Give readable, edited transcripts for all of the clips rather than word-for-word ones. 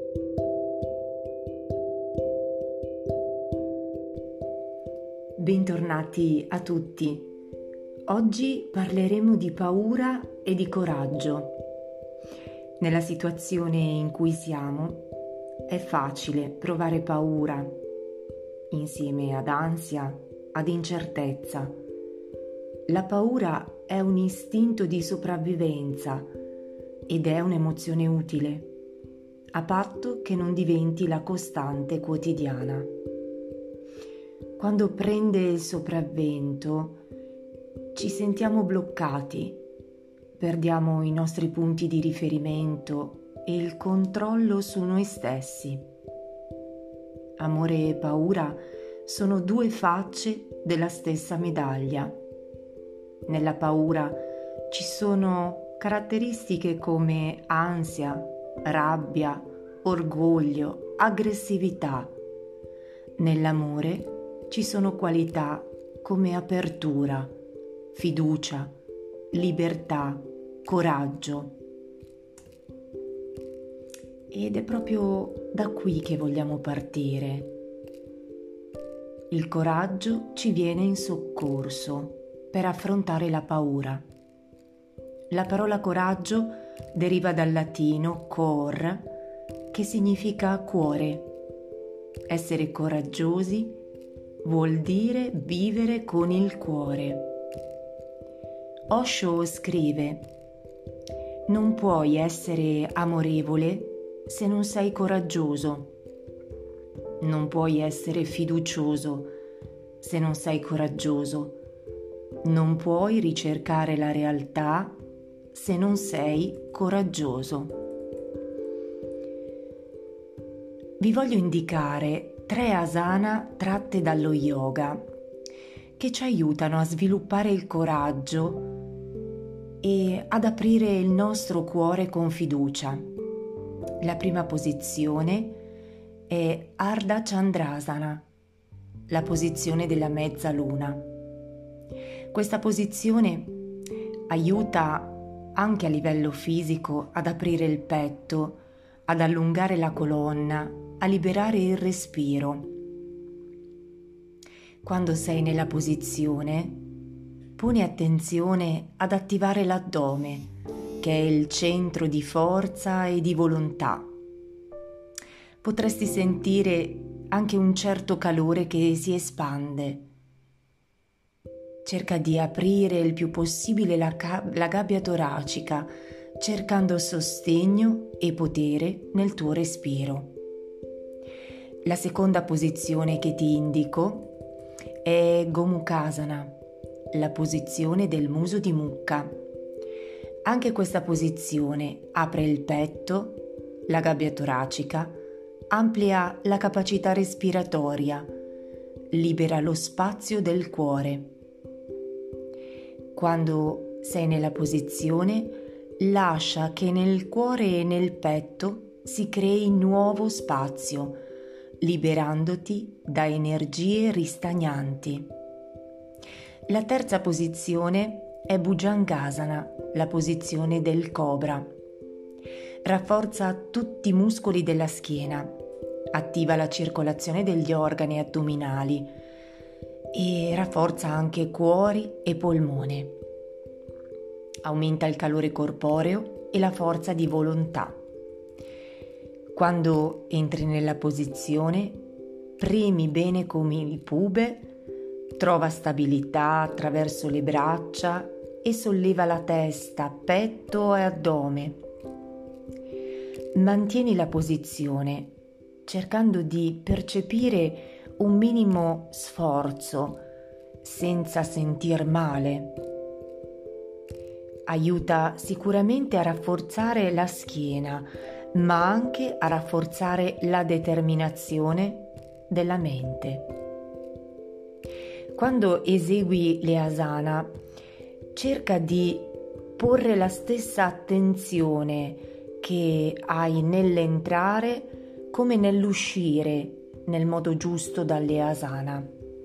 Bentornati a tutti. Oggi parleremo di paura e di coraggio. Nella situazione in cui siamo è facile provare paura insieme ad ansia, ad incertezza. La paura è un istinto di sopravvivenza ed è un'emozione utile, a patto che non diventi la costante quotidiana. Quando prende il sopravvento, ci sentiamo bloccati, perdiamo i nostri punti di riferimento e il controllo su noi stessi. Amore e paura sono due facce della stessa medaglia. Nella paura ci sono caratteristiche come ansia, rabbia, orgoglio, aggressività. Nell'amore ci sono qualità come apertura, fiducia, libertà, coraggio. Ed è proprio da qui che vogliamo partire. Il coraggio ci viene in soccorso per affrontare la paura. La parola coraggio deriva dal latino cor, che significa cuore. Essere coraggiosi vuol dire vivere con il cuore. Osho scrive: non puoi essere amorevole se non sei coraggioso. Non puoi essere fiducioso se non sei coraggioso. Non puoi ricercare la realtà se non sei coraggioso. Vi voglio indicare 3 asana tratte dallo yoga che ci aiutano a sviluppare il coraggio e ad aprire il nostro cuore con fiducia. La prima posizione è Ardha Chandrasana, la posizione della mezzaluna. Questa posizione aiuta anche a livello fisico ad aprire il petto, ad allungare la colonna, a liberare il respiro. Quando sei nella posizione, poni attenzione ad attivare l'addome, che è il centro di forza e di volontà. Potresti sentire anche un certo calore che si espande. Cerca di aprire il più possibile la gabbia toracica, cercando sostegno e potere nel tuo respiro. La seconda posizione che ti indico è Gomukhasana, la posizione del muso di mucca. Anche questa posizione apre il petto, la gabbia toracica, amplia la capacità respiratoria, libera lo spazio del cuore. Quando sei nella posizione, lascia che nel cuore e nel petto si crei nuovo spazio, liberandoti da energie ristagnanti. La terza posizione è Bhujangasana, la posizione del cobra. Rafforza tutti i muscoli della schiena, attiva la circolazione degli organi addominali e rafforza anche cuori e polmone. Aumenta il calore corporeo e la forza di volontà. Quando entri nella posizione, premi bene come il pube, trova stabilità attraverso le braccia e solleva la testa, petto e addome. Mantieni la posizione, cercando di percepire un minimo sforzo senza sentir male. Aiuta sicuramente a rafforzare la schiena, ma anche a rafforzare la determinazione della mente. Quando esegui le asana, cerca di porre la stessa attenzione che hai nell'entrare come nell'uscire nel modo giusto dalle asana.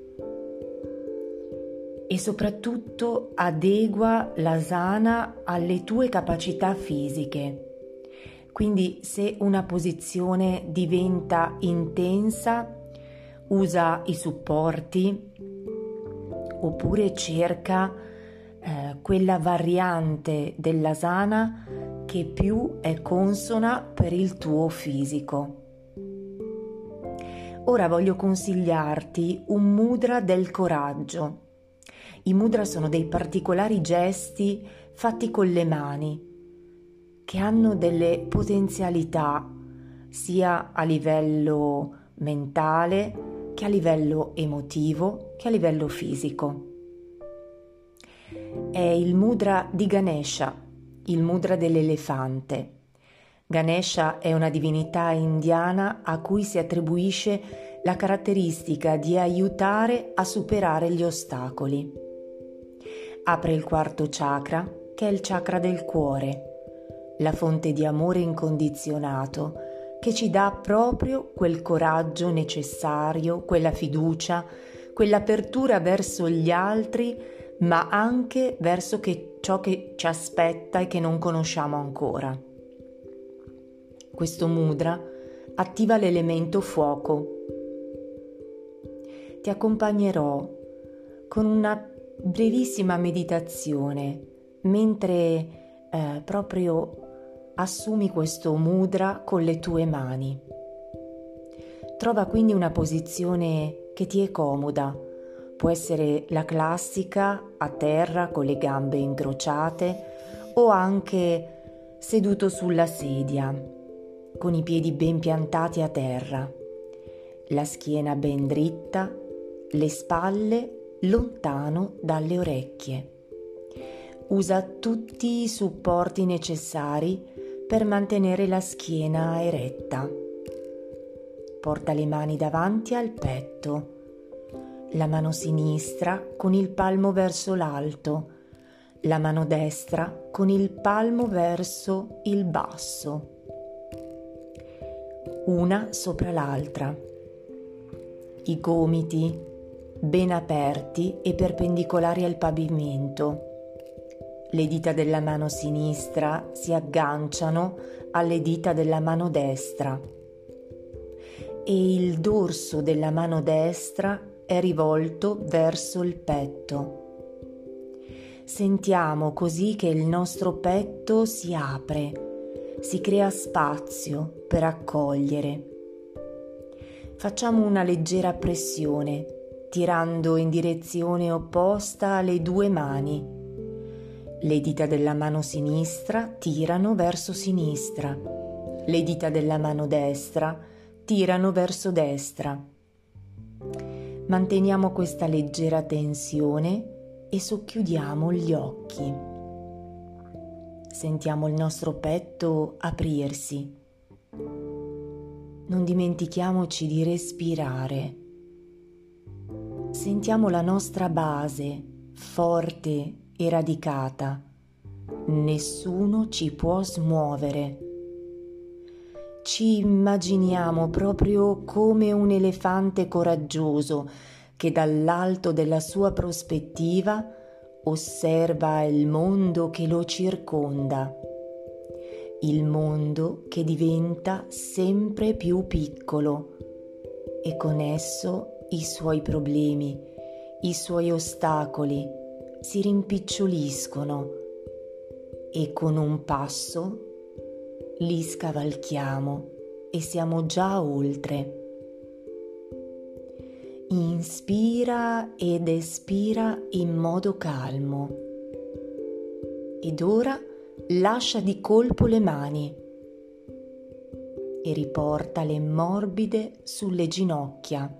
E soprattutto adegua l'asana alle tue capacità fisiche. Quindi se una posizione diventa intensa, usa i supporti oppure cerca quella variante dell'asana che più è consona per il tuo fisico. Ora voglio consigliarti un mudra del coraggio. I mudra sono dei particolari gesti fatti con le mani che hanno delle potenzialità sia a livello mentale che a livello emotivo che a livello fisico. È il mudra di Ganesha, il mudra dell'elefante. Ganesha è una divinità indiana a cui si attribuisce la caratteristica di aiutare a superare gli ostacoli. Apre il quarto chakra, che è il chakra del cuore, la fonte di amore incondizionato che ci dà proprio quel coraggio necessario, quella fiducia, quell'apertura verso gli altri, ma anche verso ciò che ci aspetta e che non conosciamo ancora. Questo mudra attiva l'elemento fuoco. Ti accompagnerò con una brevissima meditazione mentre proprio assumi questo mudra con le tue mani. Trova quindi una posizione che ti è comoda. Può essere la classica a terra con le gambe incrociate o anche seduto sulla sedia, con i piedi ben piantati a terra, la schiena ben dritta, le spalle lontano dalle orecchie. Usa tutti i supporti necessari per mantenere la schiena eretta. Porta le mani davanti al petto, la mano sinistra con il palmo verso l'alto, la mano destra con il palmo verso il basso, una sopra l'altra. I gomiti ben aperti e perpendicolari al pavimento. Le dita della mano sinistra si agganciano alle dita della mano destra e il dorso della mano destra è rivolto verso il petto. Sentiamo così che il nostro petto si apre, si crea spazio per accogliere. Facciamo una leggera pressione, tirando in direzione opposta le due mani. Le dita della mano sinistra tirano verso sinistra, le dita della mano destra tirano verso destra. Manteniamo questa leggera tensione e socchiudiamo gli occhi. Sentiamo il nostro petto aprirsi. Non dimentichiamoci di respirare. Sentiamo la nostra base forte e radicata. Nessuno ci può smuovere. Ci immaginiamo proprio come un elefante coraggioso che dall'alto della sua prospettiva osserva il mondo che lo circonda, il mondo che diventa sempre più piccolo e con esso i suoi problemi, i suoi ostacoli si rimpiccioliscono e con un passo li scavalchiamo e siamo già oltre. Inspira ed espira in modo calmo. Ed ora lascia di colpo le mani e riportale morbide sulle ginocchia.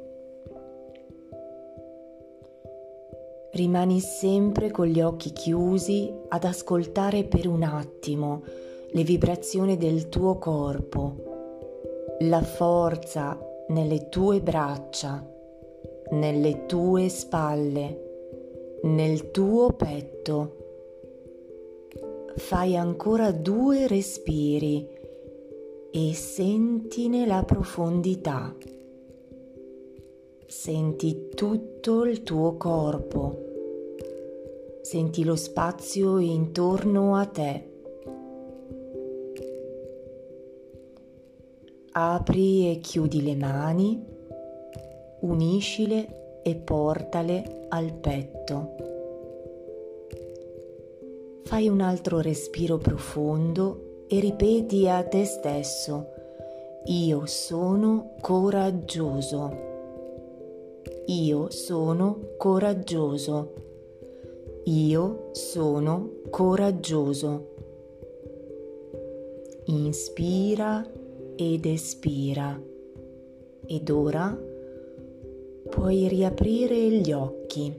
Rimani sempre con gli occhi chiusi ad ascoltare per un attimo le vibrazioni del tuo corpo, la forza nelle tue braccia, nelle tue spalle, nel tuo petto. Fai ancora 2 respiri e sentine la profondità. Senti tutto il tuo corpo. Senti lo spazio intorno a te. Apri e chiudi le mani, uniscile e portale al petto. Fai un altro respiro profondo e ripeti a te stesso: io sono coraggioso. Io sono coraggioso. Io sono coraggioso. Inspira ed espira. Ed ora puoi riaprire gli occhi.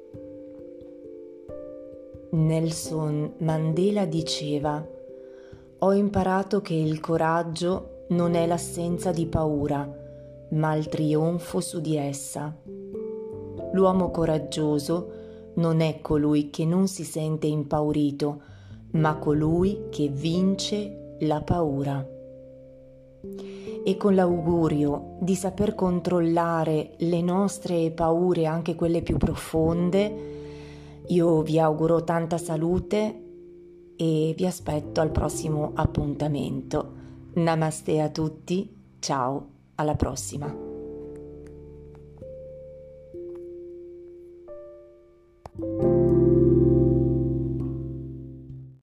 Nelson Mandela diceva: ho imparato che il coraggio non è l'assenza di paura, ma il trionfo su di essa. L'uomo coraggioso non è colui che non si sente impaurito, ma colui che vince la paura. E con l'augurio di saper controllare le nostre paure, anche quelle più profonde, io vi auguro tanta salute e vi aspetto al prossimo appuntamento. Namaste a tutti, ciao, alla prossima.